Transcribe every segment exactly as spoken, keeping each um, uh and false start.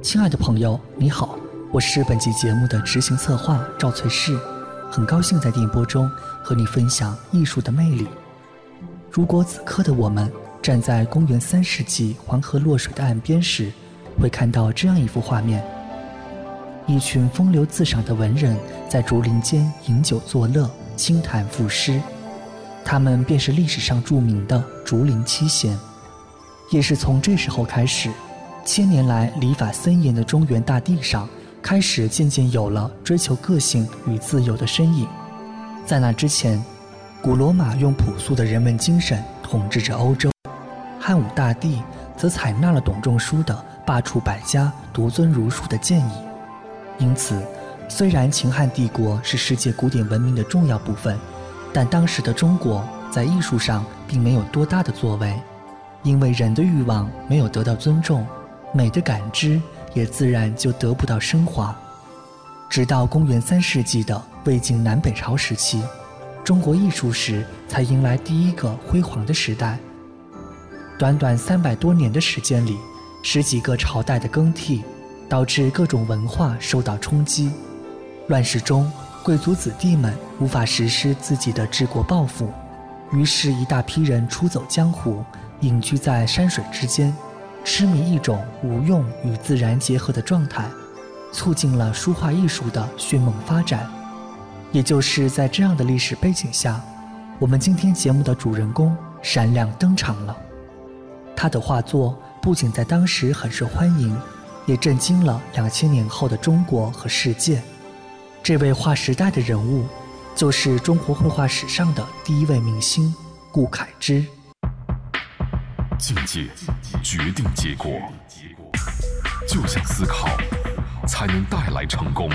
亲爱的朋友，你好，我是本期节目的执行策划赵翠氏，很高兴在电波中和你分享艺术的魅力。如果此刻的我们站在公元三世纪黄河落水的岸边时，会看到这样一幅画面：一群风流自赏的文人在竹林间饮酒作乐，轻谈赋诗，他们便是历史上著名的竹林七贤。也是从这时候开始，千年来礼法森严的中原大地上开始渐渐有了追求个性与自由的身影。在那之前，古罗马用朴素的人文精神统治着欧洲，汉武大帝则采纳了董仲舒的罢黜百家，独尊儒术的建议。因此，虽然秦汉帝国是世界古典文明的重要部分，但当时的中国在艺术上并没有多大的作为，因为人的欲望没有得到尊重，美的感知也自然就得不到升华。直到公元三世纪的魏晋南北朝时期，中国艺术史才迎来第一个辉煌的时代。短短三百多年的时间里，十几个朝代的更替，导致各种文化受到冲击。乱世中，贵族子弟们无法实施自己的治国抱负，于是一大批人出走江湖，隐居在山水之间，痴迷一种无用与自然结合的状态，促进了书画艺术的迅猛发展。也就是在这样的历史背景下，我们今天节目的主人公闪亮登场了。他的画作不仅在当时很受欢迎，也震惊了两千年后的中国和世界。这位划时代的人物，就是中国绘画史上的第一位明星顾恺之。 境界决定结果，就像思考才能带来成功。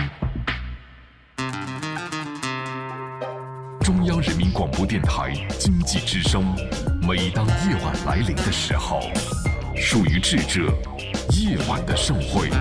中央人民广播电台经济之声，每当夜晚来临的时候，属于智者夜晚的盛会。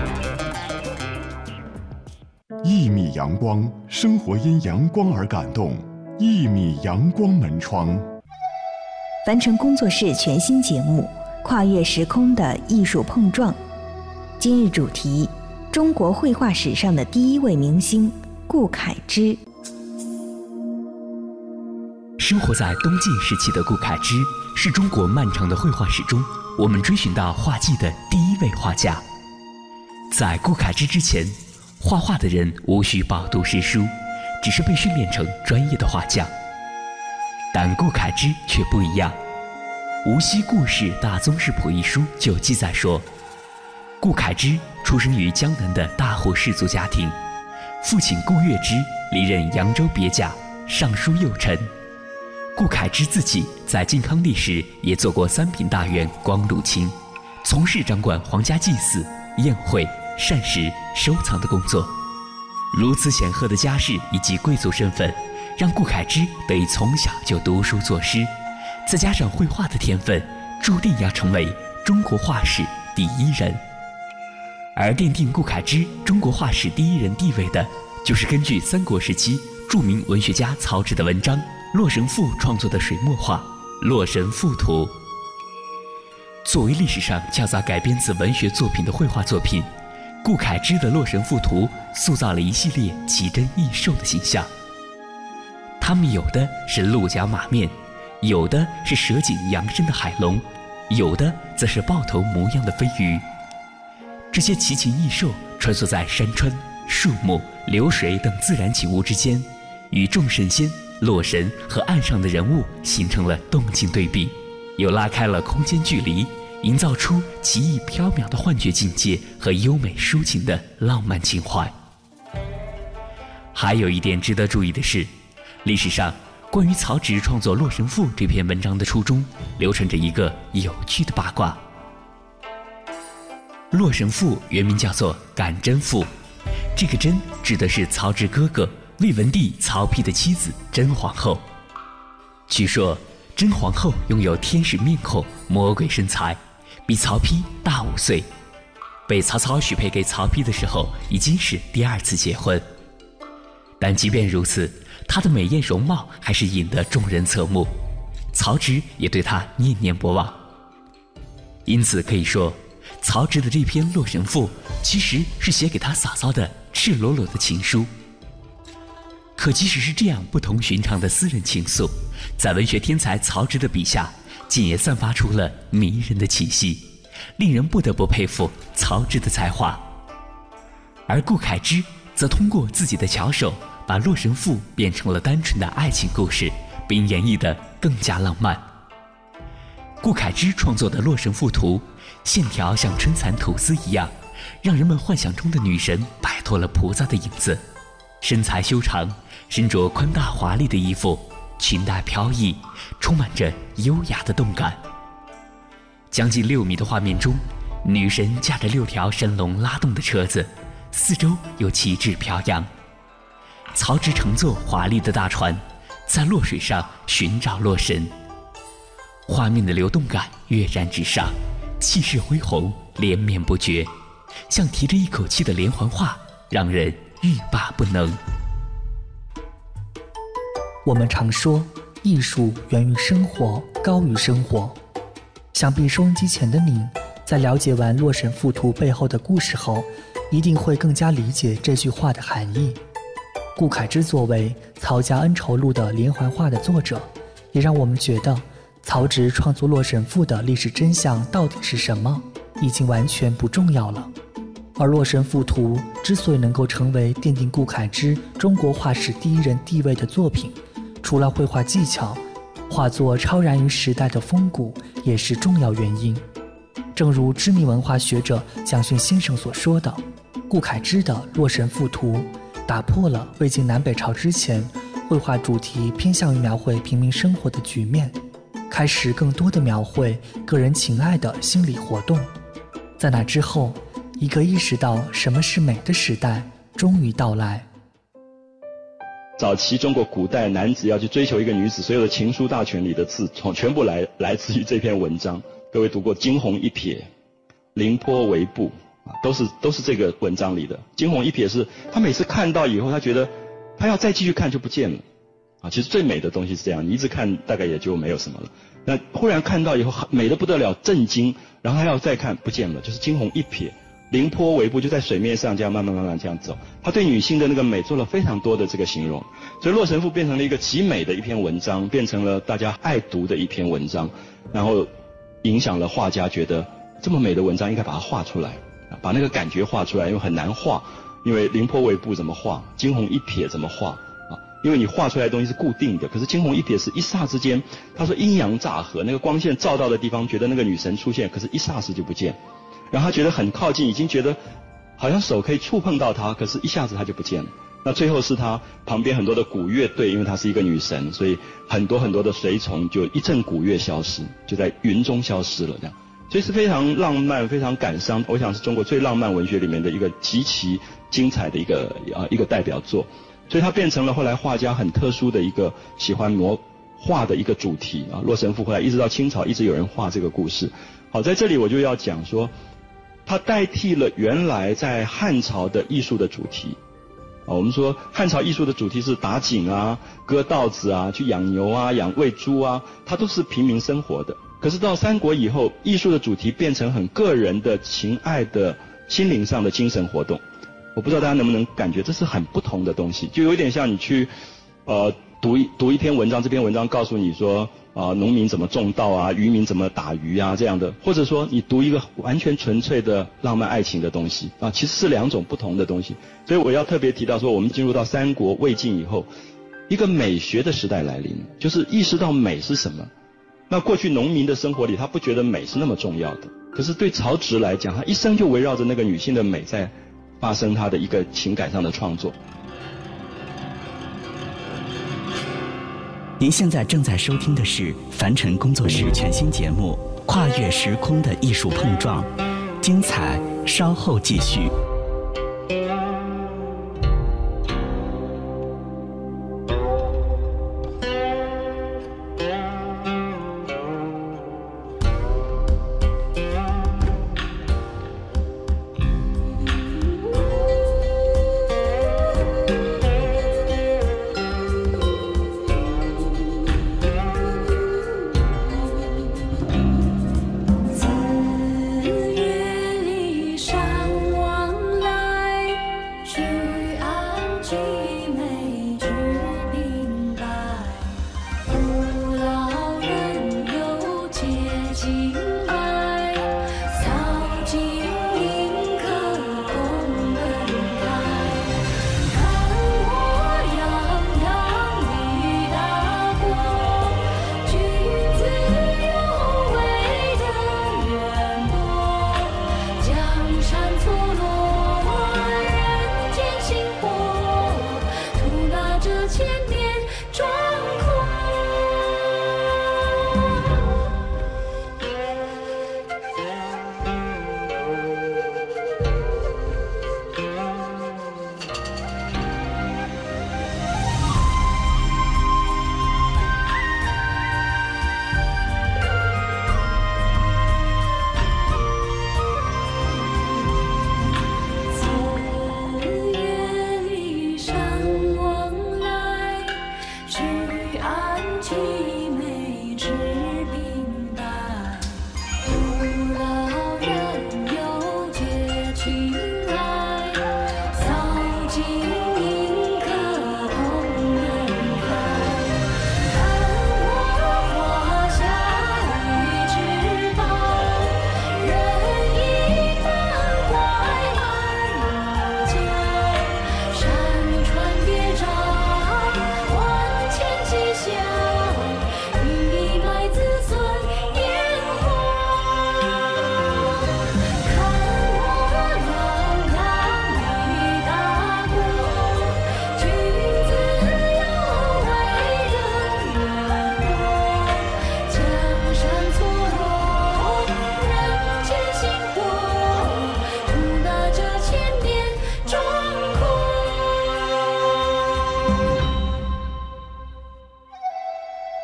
一米阳光，生活因阳光而感动。一米阳光门窗。 凡尘工作室全新节目《跨越时空的艺术碰撞》，今日主题：中国绘画史上的第一位明星顾恺之。 生活在东晋时期的顾恺之，是中国漫长的绘画史中我们追寻到画技的第一位画家。在顾恺之之前，画画的人无需饱读诗书，只是被训练成专业的画匠。但顾恺之却不一样。无锡顾氏大宗氏谱一书就记载说，顾恺之出生于江南的大户士族家庭，父亲顾月之历任扬州别驾、尚书右丞。顾恺之自己在靖康历时也做过三品大员光禄卿，从事掌管皇家祭祀、宴会、膳食、收藏的工作。如此显赫的家世以及贵族身份，让顾恺之得以从小就读书作诗，再加上绘画的天分，注定要成为中国画史第一人。而奠定顾恺之中国画史第一人地位的，就是根据三国时期著名文学家曹植的文章《洛神赋》创作的水墨画《洛神赋图》。作为历史上较早改编自文学作品的绘画作品，顾恺之的《洛神赋图》塑造了一系列奇珍异兽的形象。它们有的是鹿角马面，有的是蛇颈羊身的海龙，有的则是豹头模样的飞鱼。这些奇禽异兽穿梭在山川、树木、流水等自然景物之间，与众神仙、洛神和岸上的人物形成了动静对比，又拉开了空间距离，营造出奇异缥缈的幻觉境界和优美抒情的浪漫情怀。还有一点值得注意的是，历史上关于曹植创作《洛神赋》这篇文章的初衷，流传着一个有趣的八卦。《洛神赋》原名叫做《感甄赋》，这个甄指的是曹植哥哥魏文帝曹丕的妻子甄皇后。据说甄皇后拥有天使面孔、魔鬼身材，比曹丕大五岁。被曹操许配给曹丕的时候，已经是第二次结婚。但即便如此，她的美艳容貌还是引得众人侧目，曹植也对她念念不忘。因此可以说， 曹植的这篇《洛神赋》其实是写给他嫂嫂的赤裸裸的情书。可即使是这样不同寻常的私人情愫，在文学天才曹植的笔下，竟也散发出了迷人的气息，令人不得不佩服曹植的才华。而顾恺之则通过自己的巧手，把《洛神赋》变成了单纯的爱情故事，并演绎得更加浪漫。顾恺之创作的《洛神赋图》，线条像春蚕吐丝一样，让人们幻想中的女神摆脱了菩萨的影子，身材修长，身着宽大华丽的衣服，裙带飘逸，充满着优雅的动感。将近六米的画面中，女神驾着六条神龙拉动的车子，四周有旗帜飘扬。曹植乘坐华丽的大船，在洛水上寻找洛神。画面的流动感跃然纸上，气势恢宏，连绵不绝，像提着一口气的连环画，让人欲罢不能。 我们常说，艺术源于生活，高于生活。想必收音机前的你，在了解完《洛神赋图》背后的故事后，一定会更加理解这句话的含义。顾恺之作为《曹家恩仇录》的连环画的作者，也让我们觉得曹植创作《洛神赋》的历史真相到底是什么，已经完全不重要了。而《洛神赋图》之所以能够成为奠定顾恺之中国画史第一人地位的作品，除了绘画技巧，画作超然于时代的风骨也是重要原因。正如知名文化学者蒋勋先生所说的，顾恺之的《洛神赋图》打破了魏晋南北朝之前绘画主题偏向于描绘平民生活的局面，开始更多的描绘个人情爱的心理活动。在那之后，一个意识到什么是美的时代终于到来。 早期中国古代男子要去追求一个女子，所有的情书大全里的字从全部来来自于这篇文章。各位读过惊鸿一瞥，凌波微步啊，都是都是这个文章里的。惊鸿一瞥是他每次看到以后，他觉得他要再继续看就不见了啊。其实最美的东西是这样，你一直看大概也就没有什么了。那忽然看到以后美得不得了，震惊，然后还要再看不见了，就是惊鸿一瞥。凌波微步，就在水面上这样慢慢慢慢这样走。他对女性的那个美做了非常多的这个形容，所以《洛神赋》变成了一个极美的一篇文章，变成了大家爱读的一篇文章，然后影响了画家，觉得这么美的文章应该把它画出来，把那个感觉画出来，因为很难画，因为凌波微步怎么画，惊鸿一瞥怎么画啊？因为你画出来的东西是固定的，可是惊鸿一瞥是一霎之间，他说阴阳乍合，那个光线照到的地方，觉得那个女神出现，可是一霎时就不见。然后他觉得很靠近，已经觉得好像手可以触碰到她，可是一下子她就不见了。那最后是他旁边很多的鼓乐队，因为她是一个女神，所以很多很多的随从就一阵鼓乐消失，就在云中消失了这样。所以是非常浪漫，非常感伤，我想是中国最浪漫文学里面的一个极其精彩的一个啊一个代表作。所以它变成了后来画家很特殊的一个喜欢描画的一个主题啊。《洛神赋》后来一直到清朝，一直有人画这个故事。好，在这里我就要讲说，它代替了原来在汉朝的艺术的主题。啊，我们说汉朝艺术的主题是打井啊、割稻子啊、去养牛啊、养喂猪啊，它都是平民生活的。可是到三国以后，艺术的主题变成很个人的情爱的心灵上的精神活动。我不知道大家能不能感觉这是很不同的东西，就有点像你去呃读一读一篇文章，这篇文章告诉你说啊、呃、农民怎么种稻啊，渔民怎么打鱼啊这样的，或者说你读一个完全纯粹的浪漫爱情的东西啊，其实是两种不同的东西。所以我要特别提到说，我们进入到三国魏晋以后，一个美学的时代来临，就是意识到美是什么。那过去农民的生活里，他不觉得美是那么重要的，可是对曹植来讲，他一生就围绕着那个女性的美在发生他的一个情感上的创作。 您现在正在收听的是凡尘工作室全新节目《跨越时空的艺术碰撞》，精彩稍后继续。 自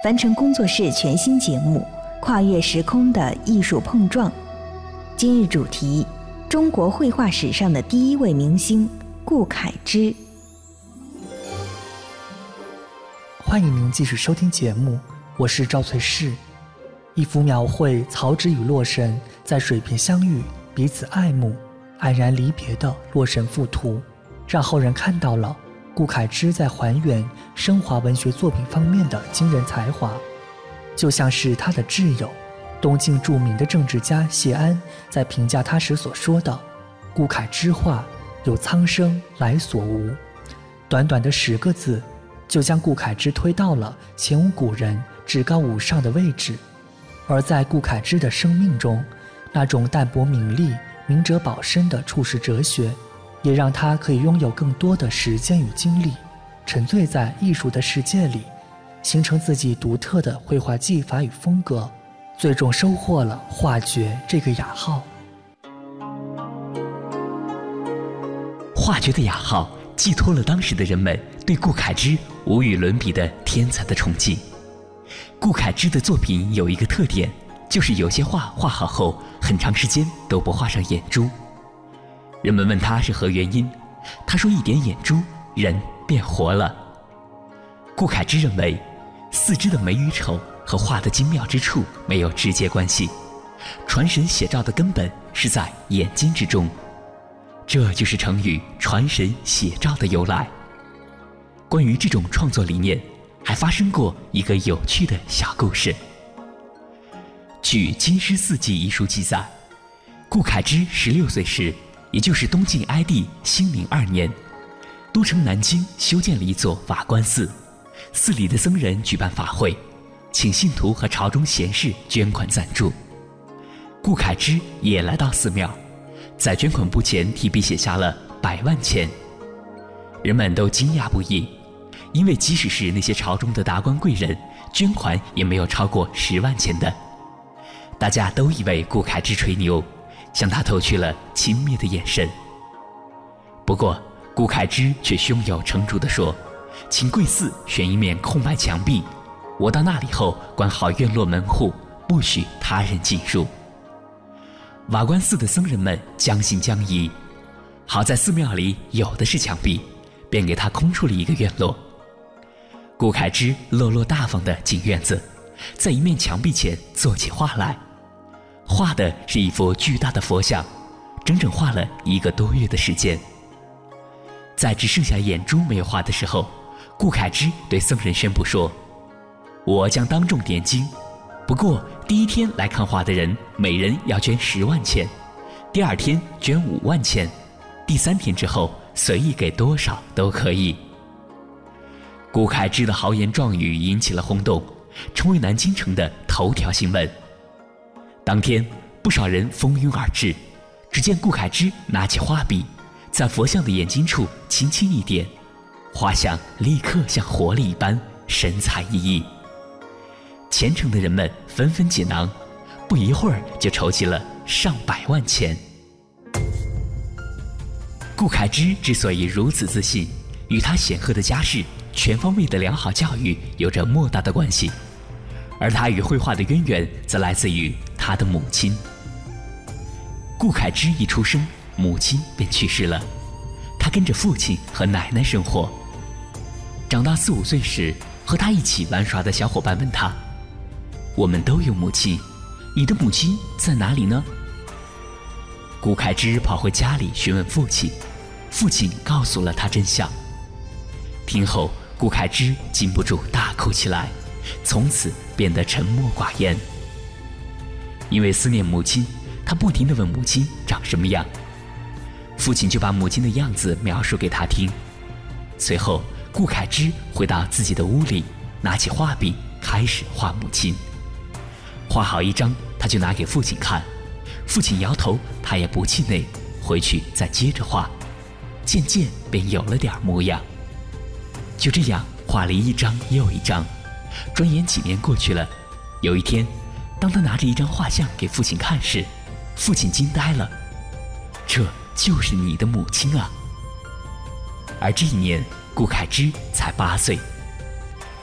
凡尘工作室全新节目《跨越时空的艺术碰撞》，今日主题：中国绘画史上的第一位明星顾恺之。 欢迎您继续收听节目，我是赵翠氏。一幅描绘曹植与洛神在水边相遇，彼此爱慕，黯然离别的《洛神赋图》，让后人看到了顾恺之在还原升华文学作品方面的惊人才华。就像是他的挚友东晋著名的政治家谢安在评价他时所说的：顾恺之画有苍生来所无。短短的十个字就将顾恺之推到了前无古人至高无上的位置。而在顾恺之的生命中，那种淡泊名利、明哲保身的处世哲学，也让他可以拥有更多的时间与精力，沉醉在艺术的世界里，形成自己独特的绘画技法与风格，最终收获了画绝这个雅号。 画绝的雅号寄托了当时的人们对顾恺之无与伦比的天才的崇敬。顾恺之的作品有一个特点，就是有些画画好后很长时间都不画上眼珠。人们问他是何原因，他说一点眼珠，人便活了。顾恺之认为，四肢的美与丑和画的精妙之处没有直接关系，传神写照的根本是在眼睛之中，这就是成语传神写照的由来。关于这种创作理念，还发生过一个有趣的小故事。据《金诗四季》一书记载，顾恺之十六岁时，也就是东晋哀帝兴宁二年，都城南京修建了一座瓦官寺，寺里的僧人举办法会，请信徒和朝中贤士捐款赞助。顾恺之也来到寺庙，在捐款簿前提笔写下了百万钱。人们都惊讶不已，因为即使是那些朝中的达官贵人，捐款也没有超过十万钱的。大家都以为顾恺之吹牛，向他投去了轻蔑的眼神。不过顾恺之却胸有成竹地说：请贵寺选一面空白墙壁，我到那里后关好院落门户，不许他人进入。瓦官寺的僧人们将信将疑，好在寺庙里有的是墙壁，便给他空出了一个院落。顾恺之落落大方地进院子，在一面墙壁前做起画来，画的是一幅巨大的佛像，整整画了一个多月的时间。在只剩下眼珠没有画的时候，顾恺之对僧人宣布说：我将当众点睛，不过第一天来看画的人每人要捐十万钱，第二天捐五万钱，第三天之后随意给多少都可以。顾恺之的豪言壮语引起了轰动，成为南京城的头条新闻。当天不少人蜂拥而至，只见顾恺之拿起画笔，在佛像的眼睛处轻轻一点，画像立刻像活了一般，神采奕奕。虔诚的人们纷纷解囊，不一会儿就筹集了上百万钱。顾恺之之所以如此自信，与他显赫的家世、全方位的良好教育有着莫大的关系，而他与绘画的渊源则来自于他的母亲。顾恺之一出生，母亲便去世了，他跟着父亲和奶奶生活。长到四五岁时，和他一起玩耍的小伙伴问他：我们都有母亲，你的母亲在哪里呢？顾恺之跑回家里询问父亲，父亲告诉了他真相。听后，顾恺之禁不住大哭起来，从此变得沉默寡言。因为思念母亲，他不停地问母亲长什么样，父亲就把母亲的样子描述给他听。随后顾恺之回到自己的屋里，拿起画笔开始画母亲。画好一张，他就拿给父亲看，父亲摇头，他也不气馁，回去再接着画，渐渐便有了点模样。就这样画了一张又一张，转眼几年过去了。有一天，当他拿着一张画像给父亲看时，父亲惊呆了，这就是你的母亲啊！而这一年顾恺之才八岁。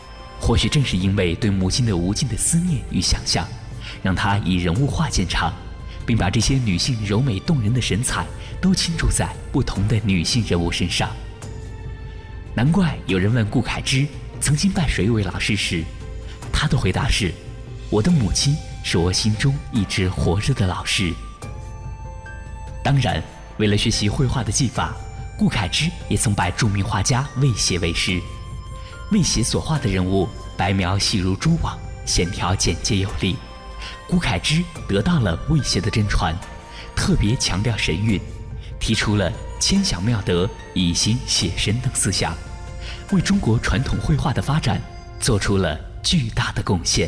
或许正是因为对母亲的无尽的思念与想象，让他以人物画见长，并把这些女性柔美动人的神采都倾注在不同的女性人物身上。难怪有人问顾恺之曾经拜谁为老师时，他的回答是：我的母亲是我心中一直活着的老师。当然，为了学习绘画的技法，顾恺之也曾拜著名画家魏协为师。魏协所画的人物白描细如蛛网，线条简洁有力。顾恺之得到了魏协的真传，特别强调神韵，提出了千想妙德、以形写神等思想，为中国传统绘画的发展做出了巨大的贡献。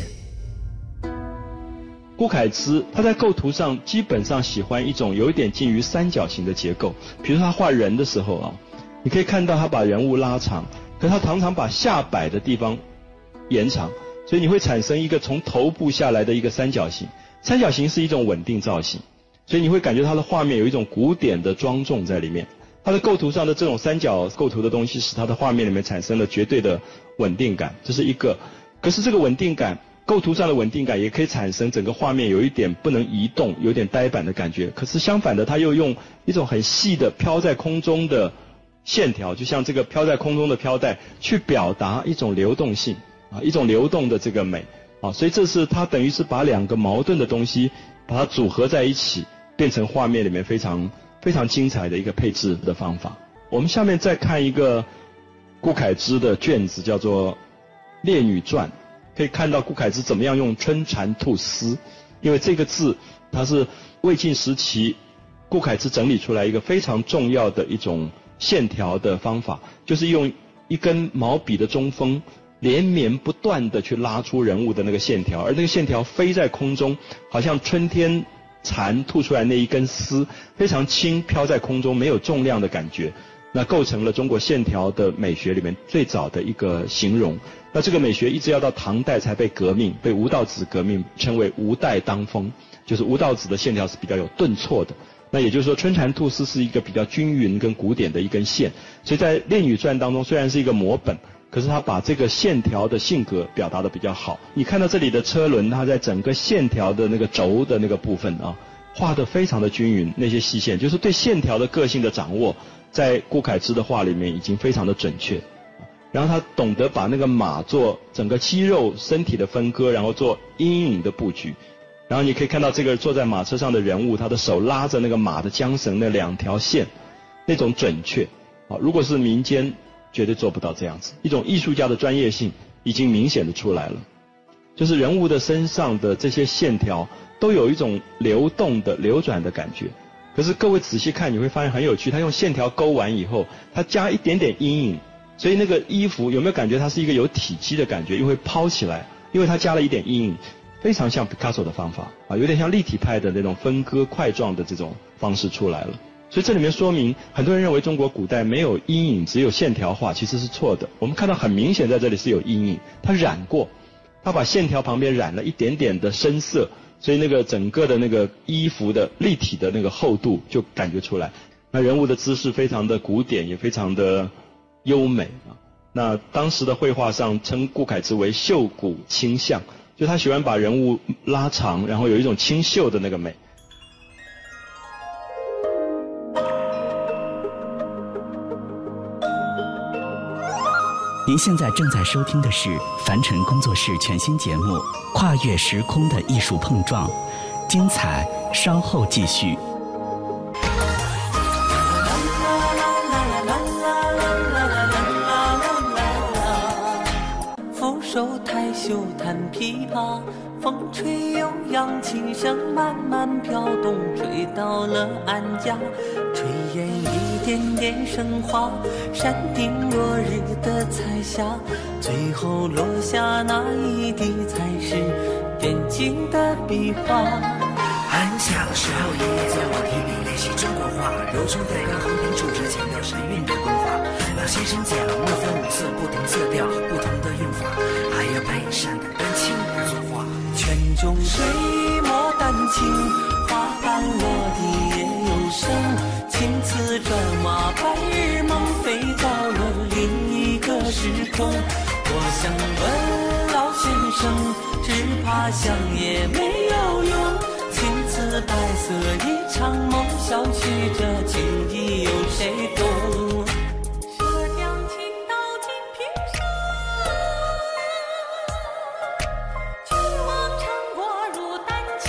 顾恺之他在构图上基本上喜欢一种有一点近于三角形的结构，比如他画人的时候啊，你可以看到他把人物拉长，可他常常把下摆的地方延长，所以你会产生一个从头部下来的一个三角形。三角形是一种稳定造型，所以你会感觉他的画面有一种古典的庄重在里面。他的构图上的这种三角构图的东西使他的画面里面产生了绝对的稳定感，这是一个。可是这个稳定感，构图上的稳定感也可以产生整个画面有一点不能移动，有点呆板的感觉。可是相反的，他又用一种很细的飘在空中的线条，就像这个飘在空中的飘带，去表达一种流动性啊，一种流动的这个美啊。所以这是他等于是把两个矛盾的东西把它组合在一起，变成画面里面非常非常精彩的一个配置的方法。我们下面再看一个顾恺之的卷子，叫做《列女传》。可以看到顾恺之怎么样用春蚕吐丝，因为这个字它是魏晋时期顾恺之整理出来一个非常重要的一种线条的方法，就是用一根毛笔的中锋连绵不断的去拉出人物的那个线条，而那个线条飞在空中，好像春天蚕吐出来那一根丝，非常轻，飘在空中，没有重量的感觉，那构成了中国线条的美学里面最早的一个形容。那这个美学一直要到唐代才被革命，被吴道子革命称为吴代当风，就是吴道子的线条是比较有顿挫的。那也就是说，春蚕吐丝是一个比较均匀跟古典的一根线，所以在《列女传》当中，虽然是一个摹本，可是他把这个线条的性格表达的比较好。你看到这里的车轮，它在整个线条的那个轴的那个部分啊，画得非常的均匀，那些细线就是对线条的个性的掌握，在顾恺之的画里面已经非常的准确。然后他懂得把那个马做整个肌肉身体的分割，然后做阴影的布局。然后你可以看到这个坐在马车上的人物，他的手拉着那个马的缰绳那两条线，那种准确啊，如果是民间绝对做不到这样子。一种艺术家的专业性已经明显的出来了，就是人物的身上的这些线条都有一种流动的流转的感觉。可是各位仔细看，你会发现很有趣，他用线条勾完以后，他加一点点阴影，所以那个衣服有没有感觉它是一个有体积的感觉，又会抛起来，因为它加了一点阴影，非常像 Picasso 的方法啊，有点像立体派的那种分割块状的这种方式出来了。所以这里面说明，很多人认为中国古代没有阴影，只有线条画，其实是错的。我们看到很明显在这里是有阴影，它染过，它把线条旁边染了一点点的深色，所以那个整个的那个衣服的立体的那个厚度就感觉出来。那人物的姿势非常的古典，也非常的优美啊。那当时的绘画上称顾恺之为秀骨清象，就他喜欢把人物拉长，然后有一种清秀的那个美。 您现在正在收听的是凡尘工作室全新节目《跨越时空的艺术碰撞》，精彩稍后继续。 俯首抬袖弹琵琶，风吹悠扬，琴声慢慢飘动，吹到了安家，炊烟一点点升华，山顶落日的彩霞，最后落下那一滴才是点睛的笔画。 寒夏的时候，爷爷教我提笔练习中国画，柔中带刚，横平竖直，强调神韵的功法。老先生讲，墨分五色，不同色调，不同的用法，还要配上个丹青而作画。 泉中水墨丹青，花瓣落地也有声。青丝转马，白日梦飞到了另一个时空。我想问怕想也没有用。青瓷白色一场梦，消去这情意有谁懂？ 涉江情到金瓶上，俱往成果如丹青。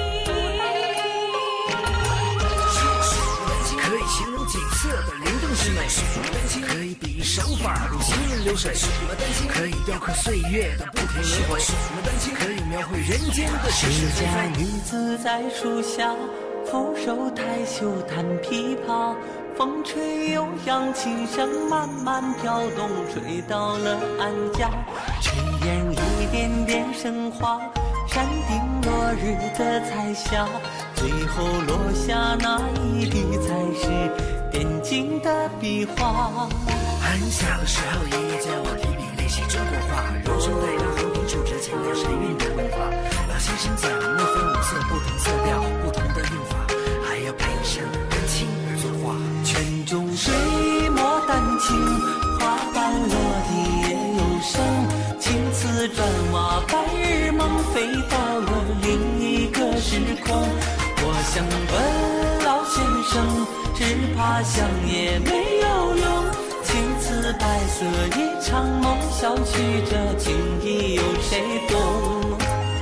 可以形容景色的灵动之美，可以比喻手法如行云流水，可以雕刻岁月的不停轮回，可以描绘人间的是是非非。 女子在树下，俯首抬袖弹琵琶，风吹悠扬，琴声慢慢飘动，吹到了安家。炊烟一点点升华，山顶落日的彩霞，最后落下那一滴才是点睛的笔画。 寒夏的时候，爷爷教我提笔练习中国话，柔顺对仗，横平竖直，强调神韵的文法。老先生讲，莫非五色，不同色调，不同的用法，还要配上丹青而作画。 泉中水墨丹青，花瓣落地也有声。青瓷砖瓦，白日梦飞到了另一个时空。我想问老先生，只怕想也没有用。青瓷白色一场梦，消去这情意有谁懂？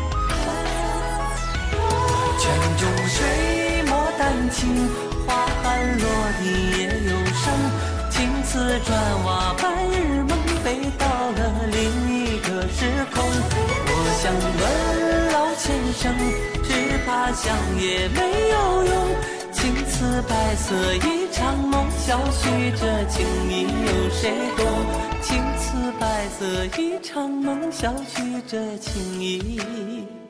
泉中水墨丹青，花瓣落地也有声。青瓷砖瓦，白日梦飞到了另一个时空。我想问老先生，只怕想也没有用。青瓷白色一场梦，消去这情意有谁懂？青瓷白色一场梦，消去这情意。